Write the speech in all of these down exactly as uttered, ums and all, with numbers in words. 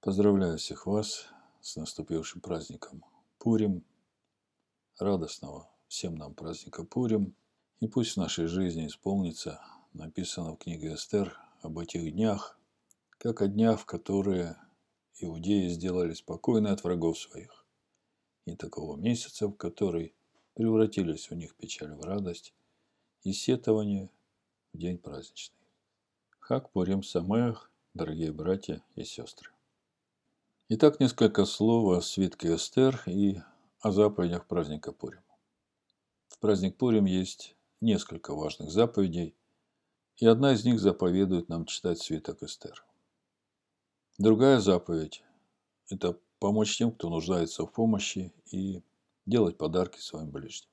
Поздравляю всех вас с наступившим праздником Пурим, радостного всем нам праздника Пурим. И пусть в нашей жизни исполнится написано в книге Эстер об этих днях, как о днях, в которые иудеи сделали спокойно от врагов своих, и такого месяца, в который превратились у них печаль в радость и сетование в день праздничный. Хаг Пурим Самеах, дорогие братья и сестры. Итак, несколько слов о свитке Эстер и о заповедях праздника Пурим. В праздник Пурим есть несколько важных заповедей, и одна из них заповедует нам читать свиток Эстер. Другая заповедь – это помочь тем, кто нуждается в помощи, и делать подарки своим ближним.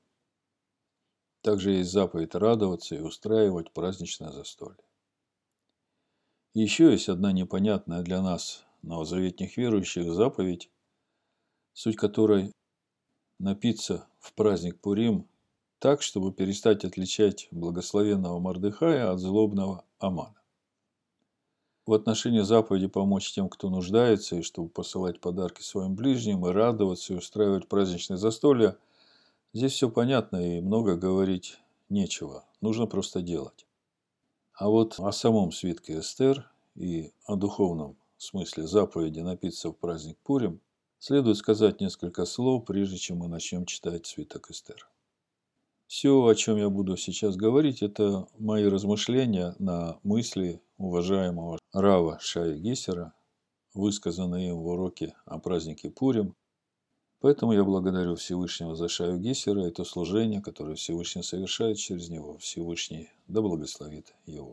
Также есть заповедь радоваться и устраивать праздничное застолье. И еще есть одна непонятная для нас, новозаветных верующих, заповедь, суть которой напиться в праздник Пурим так, чтобы перестать отличать благословенного Мордехая от злобного Амана. В отношении заповеди помочь тем, кто нуждается, и чтобы посылать подарки своим ближним, и радоваться, и устраивать праздничное застолье, здесь все понятно, и много говорить нечего, нужно просто делать. А вот о самом свитке Эстер и о духовном смысле заповеди напиться в праздник Пурим следует сказать несколько слов, прежде чем мы начнем читать свиток Эстер. Все, о чем я буду сейчас говорить, это мои размышления на мысли уважаемого Рава Шая Гессера, высказанные им в уроке о празднике Пурим. Поэтому я благодарю Всевышнего за Шаю Гессера и то служение, которое Всевышний совершает через него. Всевышний да благословит его.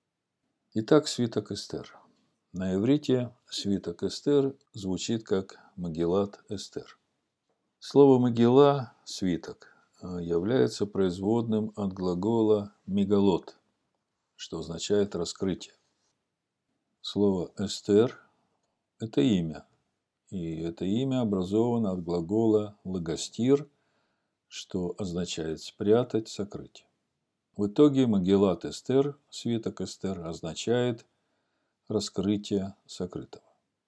Итак, свиток Эстер. На иврите свиток Эстер звучит как Магилат Эстер. Слово Магилла, свиток, является производным от глагола мегалот, что означает раскрытие. Слово Эстер – это имя, и это имя образовано от глагола лагостир, что означает спрятать, сокрыть. В итоге Магилат Эстер, свиток Эстер, означает раскрытие сокрытого.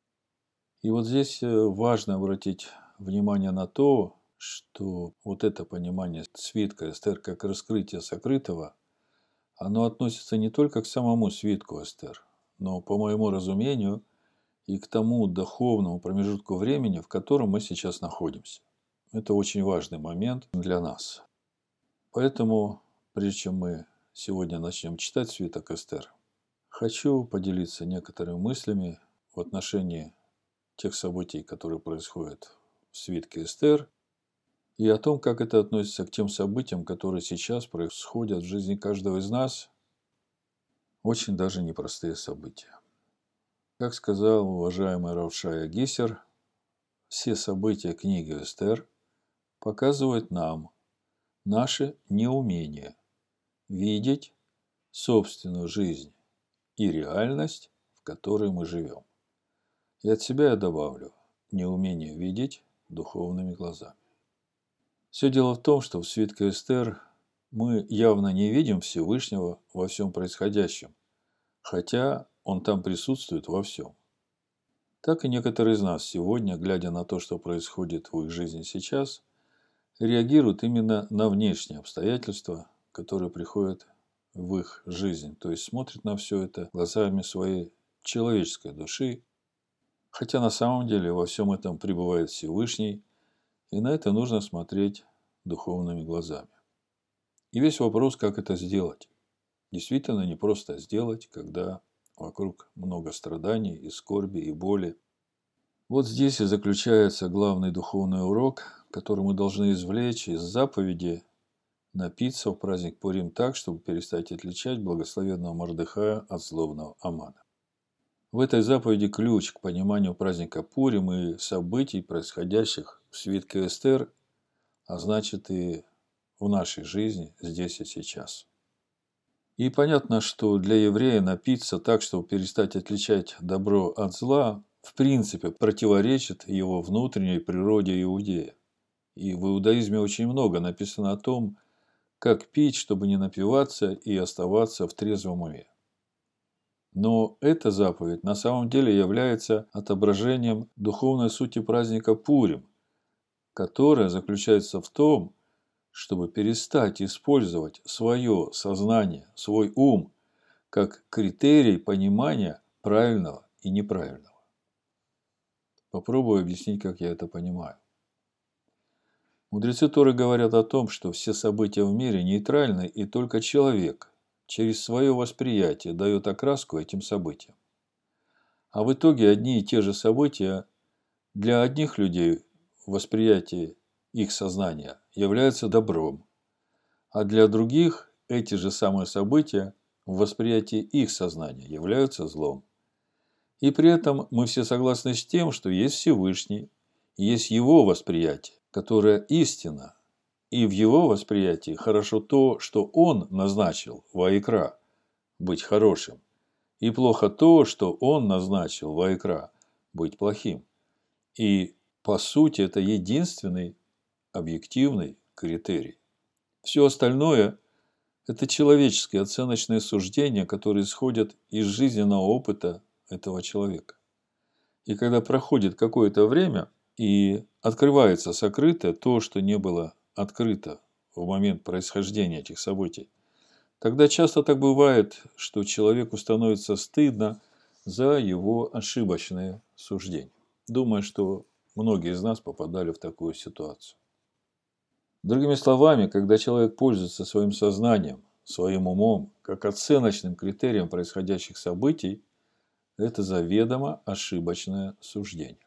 И вот здесь важно обратить внимание на то, что вот это понимание свитка Эстер как раскрытие сокрытого, оно относится не только к самому свитку Эстер, но, по моему разумению, и к тому духовному промежутку времени, в котором мы сейчас находимся. Это очень важный момент для нас. Поэтому, прежде чем мы сегодня начнем читать свиток Эстер, хочу поделиться некоторыми мыслями в отношении тех событий, которые происходят в свитке Эстер, и о том, как это относится к тем событиям, которые сейчас происходят в жизни каждого из нас. Очень даже непростые события. Как сказал уважаемый Рав Шая Гессер, все события книги Эстер показывают нам наше неумение видеть собственную жизнь и реальность, в которой мы живем. И от себя я добавлю неумение видеть духовными глазами. Все дело в том, что в свитке Эстер мы явно не видим Всевышнего во всем происходящем, хотя он там присутствует во всем. Так и некоторые из нас сегодня, глядя на то, что происходит в их жизни сейчас, реагируют именно на внешние обстоятельства, которые приходят в их жизнь, то есть смотрят на все это глазами своей человеческой души, хотя на самом деле во всем этом пребывает Всевышний, и на это нужно смотреть духовными глазами. И весь вопрос, как это сделать. Действительно не просто сделать, когда вокруг много страданий и скорби, и боли. Вот здесь и заключается главный духовный урок, который мы должны извлечь из заповеди напиться в праздник Пурим так, чтобы перестать отличать благословенного Мордехая от злобного Амана. В этой заповеди ключ к пониманию праздника Пурим и событий, происходящих в свитке Эстер, а значит и в нашей жизни здесь и сейчас. И понятно, что для еврея напиться так, чтобы перестать отличать добро от зла, в принципе противоречит его внутренней природе иудея. И в иудаизме очень много написано о том, как пить, чтобы не напиваться и оставаться в трезвом уме. Но эта заповедь на самом деле является отображением духовной сути праздника Пурим, которая заключается в том, чтобы перестать использовать свое сознание, свой ум, как критерий понимания правильного и неправильного. Попробую объяснить, как я это понимаю. Мудрецы Торы говорят о том, что все события в мире нейтральны, и только человек через свое восприятие дает окраску этим событиям. А в итоге одни и те же события для одних людей в восприятии их сознания являются добром, а для других эти же самые события в восприятии их сознания являются злом. И при этом мы все согласны с тем, что есть Всевышний, есть Его восприятие, которое истина, и в Его восприятии хорошо то, что Он назначил ваикра быть хорошим, и плохо то, что Он назначил ваикра быть плохим. И по сути это единственный объективный критерий. Все остальное – это человеческие оценочные суждения, которые исходят из жизненного опыта этого человека. И когда проходит какое-то время и открывается сокрытое, то, что не было открыто в момент происхождения этих событий, тогда часто так бывает, что человеку становится стыдно за его ошибочные суждения. Думаю, что многие из нас попадали в такую ситуацию. Другими словами, когда человек пользуется своим сознанием, своим умом, как оценочным критерием происходящих событий, это заведомо ошибочное суждение.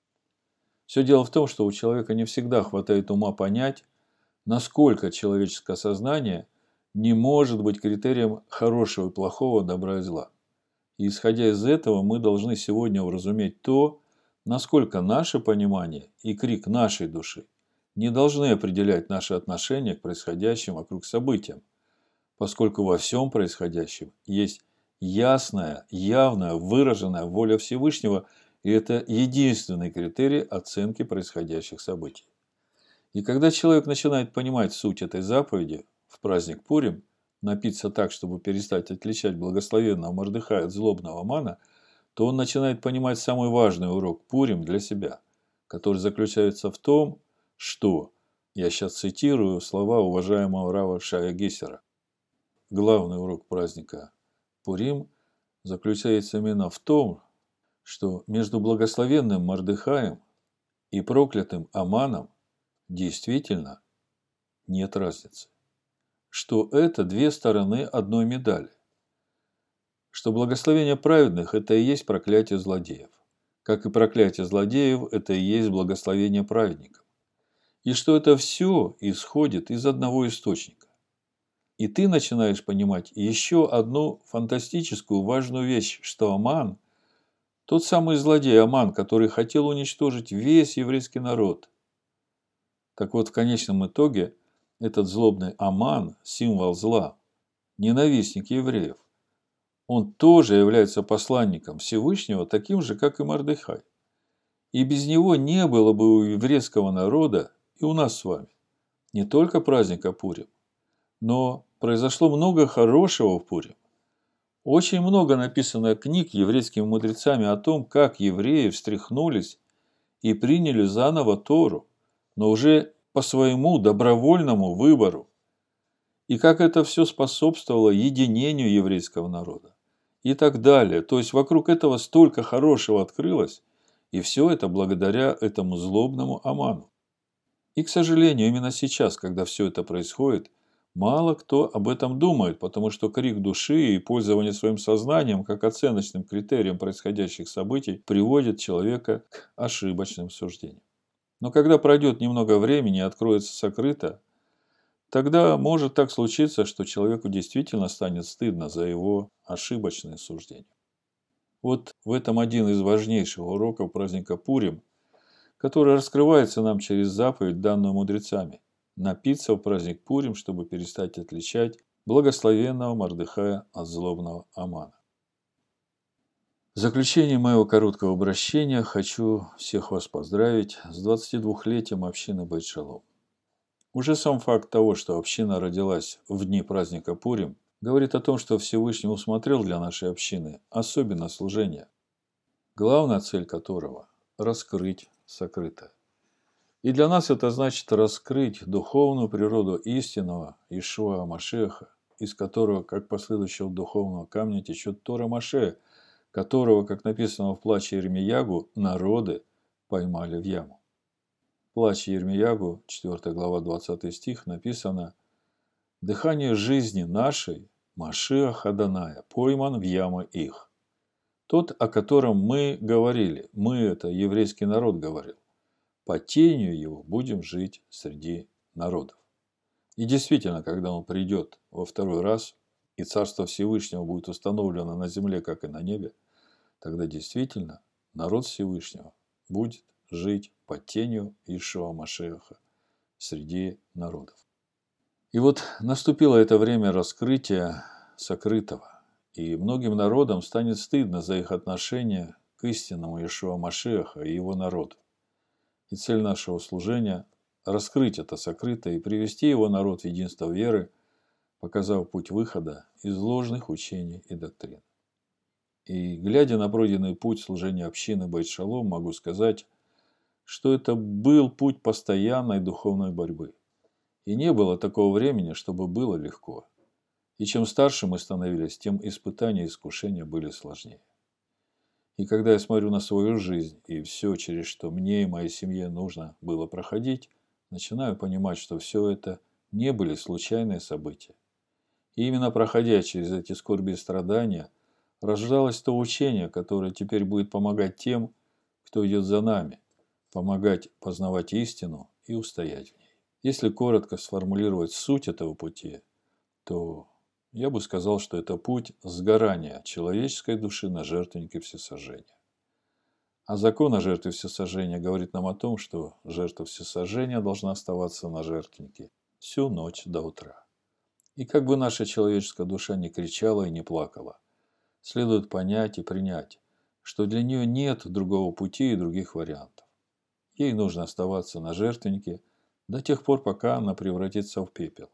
Все дело в том, что у человека не всегда хватает ума понять, насколько человеческое сознание не может быть критерием хорошего и плохого, добра и зла. И исходя из этого, мы должны сегодня уразуметь то, насколько наше понимание и крик нашей души не должны определять наше отношение к происходящим вокруг событиям, поскольку во всем происходящем есть ясная, явная, выраженная воля Всевышнего, и это единственный критерий оценки происходящих событий. И когда человек начинает понимать суть этой заповеди в праздник Пурим, напиться так, чтобы перестать отличать благословенного Мордехая от злобного Амана, то он начинает понимать самый важный урок Пурим для себя, который заключается в том, что, я сейчас цитирую слова уважаемого рава Шая Гессера, главный урок праздника Пурим заключается именно в том, что между благословенным Мордехаем и проклятым Аманом действительно нет разницы. Что это две стороны одной медали. Что благословение праведных – это и есть проклятие злодеев. Как и проклятие злодеев – это и есть благословение праведников. И что это все исходит из одного источника. И ты начинаешь понимать еще одну фантастическую важную вещь, что Аман, тот самый злодей Аман, который хотел уничтожить весь еврейский народ. Так вот, в конечном итоге, этот злобный Аман, символ зла, ненавистник евреев, он тоже является посланником Всевышнего, таким же, как и Мордехай. И без него не было бы у еврейского народа и у нас с вами не только праздника Пурим, но произошло много хорошего в Пурим. Очень много написано книг еврейскими мудрецами о том, как евреи встряхнулись и приняли заново Тору, но уже по своему добровольному выбору. И как это все способствовало единению еврейского народа. И так далее. То есть вокруг этого столько хорошего открылось, и все это благодаря этому злобному Аману. И, к сожалению, именно сейчас, когда все это происходит, мало кто об этом думает, потому что крик души и пользование своим сознанием как оценочным критерием происходящих событий приводит человека к ошибочным суждениям. Но когда пройдет немного времени и откроется сокрыто, тогда может так случиться, что человеку действительно станет стыдно за его ошибочные суждения. Вот в этом один из важнейших уроков праздника Пурим, который раскрывается нам через заповедь, данную мудрецами. Напиться в праздник Пурим, чтобы перестать отличать благословенного Мордехая от злобного Амана. В заключение моего короткого обращения хочу всех вас поздравить с двадцатидвухлетием общины Бейт Шалом. Уже сам факт того, что община родилась в дни праздника Пурим, говорит о том, что Всевышний усмотрел для нашей общины особенно служение, главная цель которого – раскрыть сокрытое. И для нас это значит раскрыть духовную природу истинного Иешуа Машеха, из которого, как последующего духовного камня, течет Тора Моше, которого, как написано в плаче Ирмиягу, народы поймали в яму. В плаче Ирмиягу, четвёртая глава, двадцатый стих, написано: «Дыхание жизни нашей, Машиах Аданая, пойман в яму их». Тот, о котором мы говорили, мы – это еврейский народ говорил, по тенью его будем жить среди народов. И действительно, когда он придет во второй раз, и Царство Всевышнего будет установлено на земле, как и на небе, тогда действительно народ Всевышнего будет жить под тенью Иешуа Машеха среди народов. И вот наступило это время раскрытия сокрытого. И многим народам станет стыдно за их отношение к истинному Иешуа Машеха и его народу. И цель нашего служения – раскрыть это сокрытое и привести его народ в единство веры, показав путь выхода из ложных учений и доктрин. И, глядя на пройденный путь служения общины Бейт Шалом, могу сказать, что это был путь постоянной духовной борьбы. И не было такого времени, чтобы было легко. И чем старше мы становились, тем испытания и искушения были сложнее. И когда я смотрю на свою жизнь и все, через что мне и моей семье нужно было проходить, начинаю понимать, что все это не были случайные события. И именно проходя через эти скорби и страдания, рождалось то учение, которое теперь будет помогать тем, кто идет за нами, помогать познавать истину и устоять в ней. Если коротко сформулировать суть этого пути, то я бы сказал, что это путь сгорания человеческой души на жертвеннике всесожжения. А закон о жертве всесожжения говорит нам о том, что жертва всесожжения должна оставаться на жертвеннике всю ночь до утра. И как бы наша человеческая душа не кричала и не плакала, следует понять и принять, что для нее нет другого пути и других вариантов. Ей нужно оставаться на жертвеннике до тех пор, пока она превратится в пепел.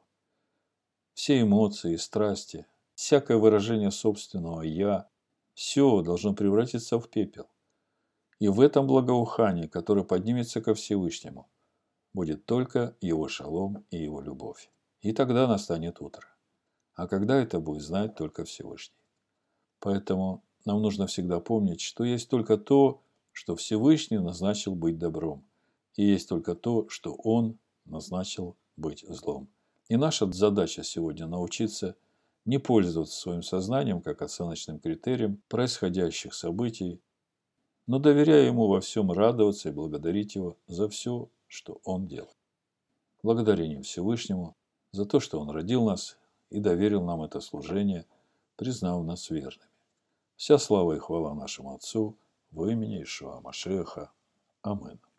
Все эмоции, страсти, всякое выражение собственного «я» – все должно превратиться в пепел. И в этом благоухании, которое поднимется ко Всевышнему, будет только его шалом и его любовь. И тогда настанет утро. А когда это будет, знает только Всевышний. Поэтому нам нужно всегда помнить, что есть только то, что Всевышний назначил быть добром, и есть только то, что Он назначил быть злом. И наша задача сегодня научиться не пользоваться своим сознанием как оценочным критерием происходящих событий, но доверяя Ему во всем радоваться и благодарить Его за все, что Он делает. Благодарение Всевышнему за то, что Он родил нас и доверил нам это служение, признав нас верными. Вся слава и хвала нашему Отцу во имени Иешуа Машеха. Аминь.